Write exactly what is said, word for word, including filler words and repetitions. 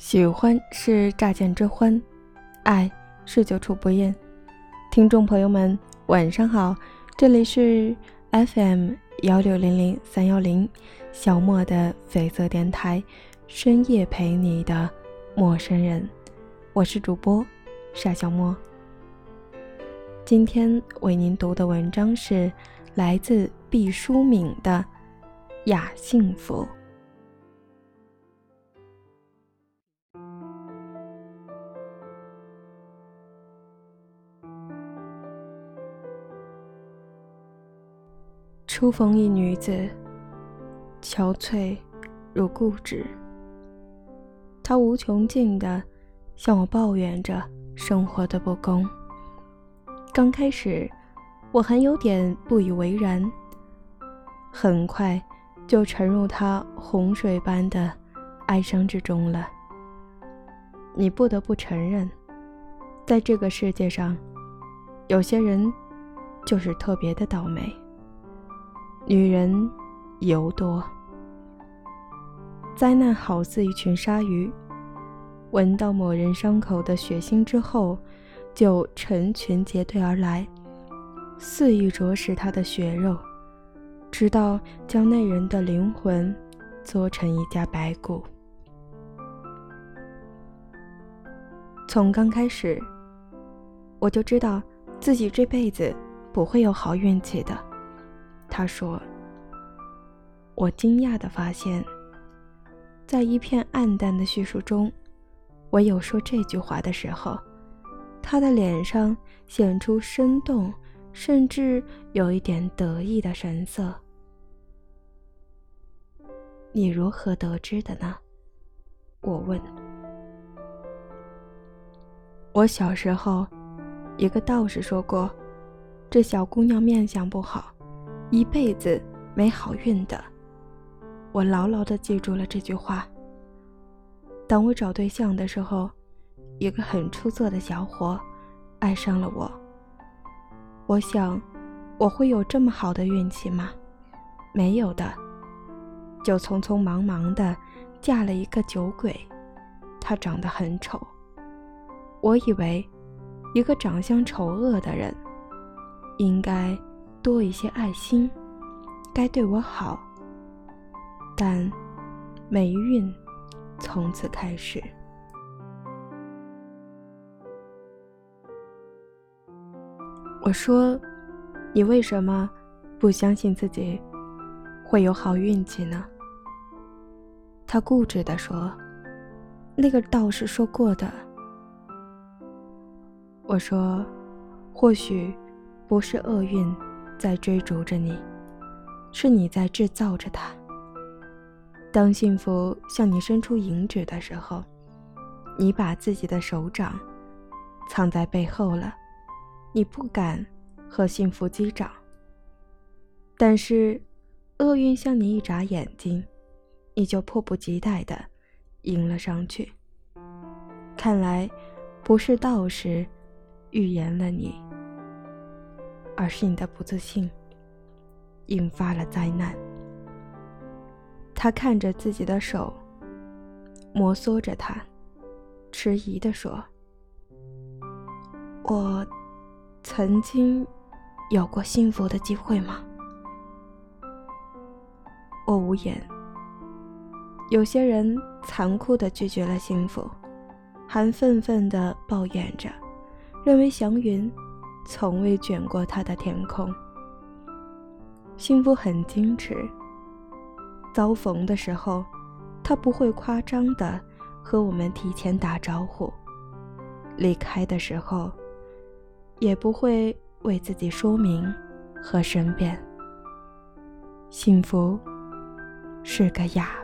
喜欢是乍见之欢，爱是久处不厌。听众朋友们晚上好，这里是 F M 一六零零三一零 小莫的绯色电台，深夜陪你的陌生人，我是主播傻小莫。今天为您读的文章是来自毕淑敏的《亚幸福》。初逢一女子，憔悴如固执，她无穷尽地向我抱怨着生活的不公。刚开始我还有点不以为然，很快就沉入她洪水般的哀伤之中了。你不得不承认，在这个世界上，有些人就是特别的倒霉。女人尤多，灾难好似一群鲨鱼，闻到某人伤口的血腥之后，就成群结队而来，肆意啄食他的血肉，直到将那人的灵魂做成一架白骨。从刚开始，我就知道自己这辈子不会有好运气的。他说，我惊讶地发现，在一片暗淡的叙述中，我有说这句话的时候，他的脸上显出生动，甚至有一点得意的神色。你如何得知的呢？我问。我小时候，一个道士说过，这小姑娘面相不好，一辈子没好运的。我牢牢地记住了这句话。当我找对象的时候，一个很出色的小伙爱上了我。我想，我会有这么好的运气吗？没有的，就匆匆忙忙地嫁了一个酒鬼。他长得很丑，我以为一个长相丑恶的人应该多一些爱心，该对我好，但霉运从此开始。我说，你为什么不相信自己会有好运气呢？他固执地说，那个道士说过的。我说，或许不是厄运在追逐着你，是你在制造着它。当幸福向你伸出银指的时候，你把自己的手掌藏在背后了，你不敢和幸福击掌。但是厄运向你一眨眼睛，你就迫不及待地迎了上去。看来不是道士预言了你，而是你的不自信引发了灾难。他看着自己的手，摩挲着它，迟疑地说，我曾经有过幸福的机会吗？我无言。有些人残酷地拒绝了幸福，还愤愤地抱怨着，认为祥云从未卷过他的天空。幸福很矜持，遭逢的时候，他不会夸张地和我们提前打招呼，离开的时候也不会为自己说明和申辩。幸福是个哑